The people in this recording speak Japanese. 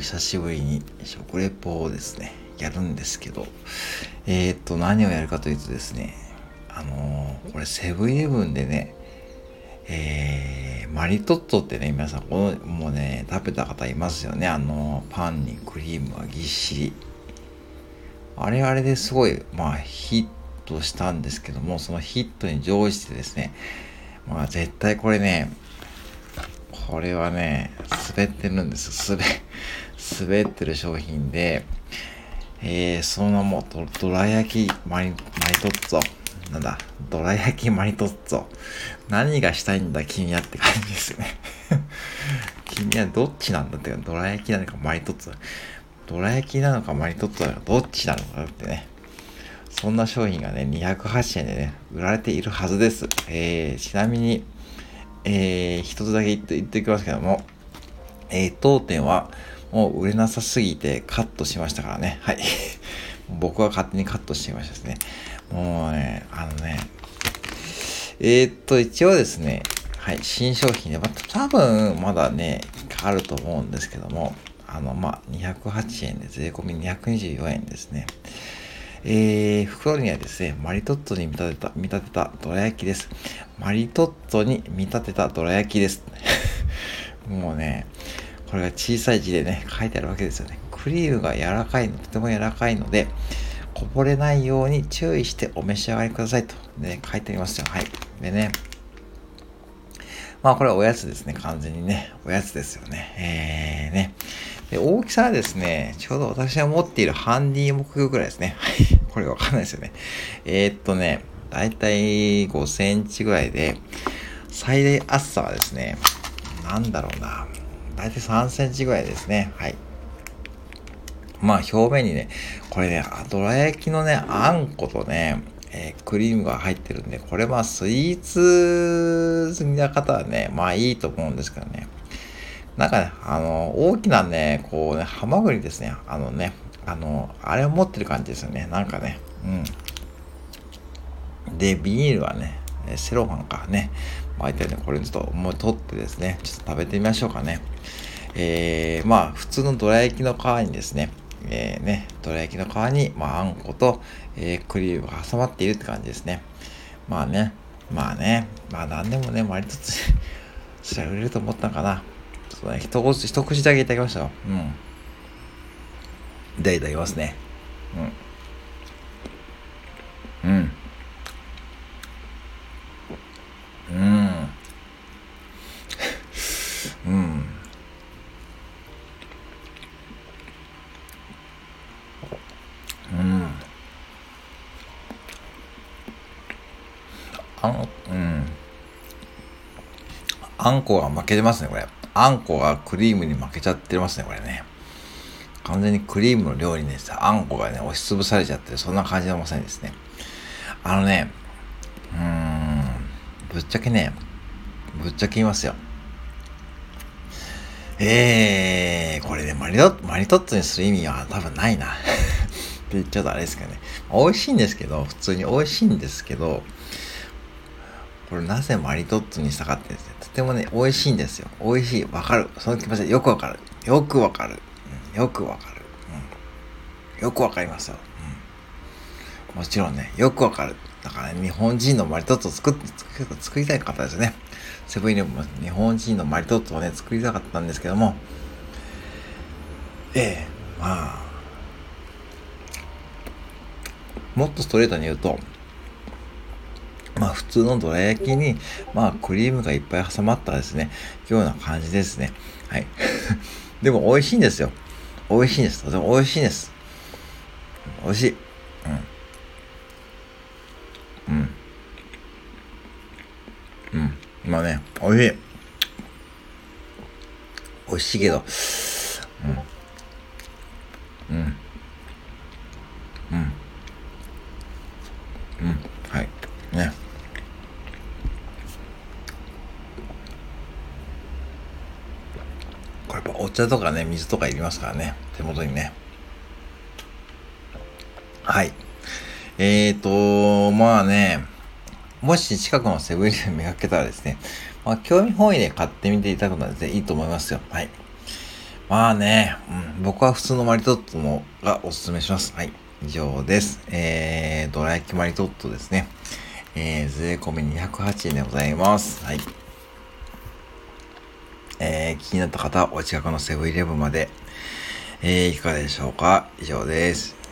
久しぶりに食レポをですね、やるんですけど、何をやるかというとですね、これセブンイレブンでね、マリトッツォってね、皆さん、もうね、食べた方いますよね。パンにクリームがぎっしり。あれですごい、ヒットしたんですけども、そのヒットに乗じてですね、絶対これね、これはね、滑ってるんですよ。滑ってる商品で、その名もどら焼きマリトッツォ。なんだ、どら焼きマリトッツォ。何がしたいんだ君はって感じですよね。君はどっちなんだって、どら焼きなのかマリトッツォ。どら焼きなのかマリトッツォなのかどっちなのかってね。そんな商品がね、208円でね、売られているはずです。ちなみに、一つだけ言っておきますけども、当店はもう売れなさすぎてカットしましたからね。はい。僕は勝手にカットしていましたですね。もうね、一応ですね、はい、新商品で、多分まだね、あると思うんですけども、208円で税込み224円ですね。袋にはですね、マリトッツォに見立てたどら焼きです。マリトッツォに見立てたどら焼きです。もうね、これが小さい字でね、書いてあるわけですよね。クリームがとても柔らかいので、こぼれないように注意してお召し上がりくださいと、ね、書いてありますよ。はい。でね、これはおやつですね。完全にね、おやつですよね。で、大きさはですね、ちょうど私が持っているハンディ木魚ぐらいですね。はい。これわかんないですよね。だいたい5センチぐらいで、最大厚さはですね、なんだろうな。だいたい3センチぐらいですね。はい。表面にね、これね、どら焼きのね、あんことね、クリームが入ってるんで、これスイーツ好きな方はね、いいと思うんですけどね。なんかね、大きなね、こうね、ハマグリですね。あれを持ってる感じですよね。なんかね、で、ビニールはね、セロハンかね、巻いてね、これちょっともう取ってですね、ちょっと食べてみましょうかね。普通のどら焼きの皮にですね、どら焼きの皮に、あんこと、クリームが挟まっているって感じですね。なんでもね、割とそれ売れると思ったのかな。ちょっとね、一口だけいただきましたよ。いただきますね。うん。あんこが負けてますね、これ。あんこがクリームに負けちゃってますね、これね。完全にクリームの量にね、あんこがね、押しつぶされちゃってる、そんな感じのまさにですね。ぶっちゃけ言いますよ。これね、マリトッツォにする意味は多分ないな。って言っちゃうとあれですけどね。美味しいんですけど、普通に美味しいんですけど、これなぜマリトッツォにしたかってですね、とてもね、美味しいんですよ。美味しい。わかる。その気持ちよくわかる。よくわかる。よくわかる。よくわかりますよ。もちろんね、よくわかる。だからね、日本人のマリトッツォを作りたい方ですね。セブンイレブンも日本人のマリトッツォをね、作りたかったんですけども、もっとストレートに言うと、普通のどら焼きに、クリームがいっぱい挟まったですね、ような感じですね。はい。でも美味しいんですよ。美味しいんです。とても美味しいんです。美味しい。美味しい。美味しいけど、はい。ね。これやっぱお茶とかね、水とかいりますからね。手元にね。はい。もし近くのセブンイレブン見かけたらですね、興味本位で買ってみていただくのは、いいと思いますよ。はい。 まあね、僕は普通のマリトッツォのがおすすめします。はい。以上です。どら焼きマリトッツォですね。税込み208円でございます。はい。気になった方はお近くのセブンイレブンまで、いかがでしょうか。以上です。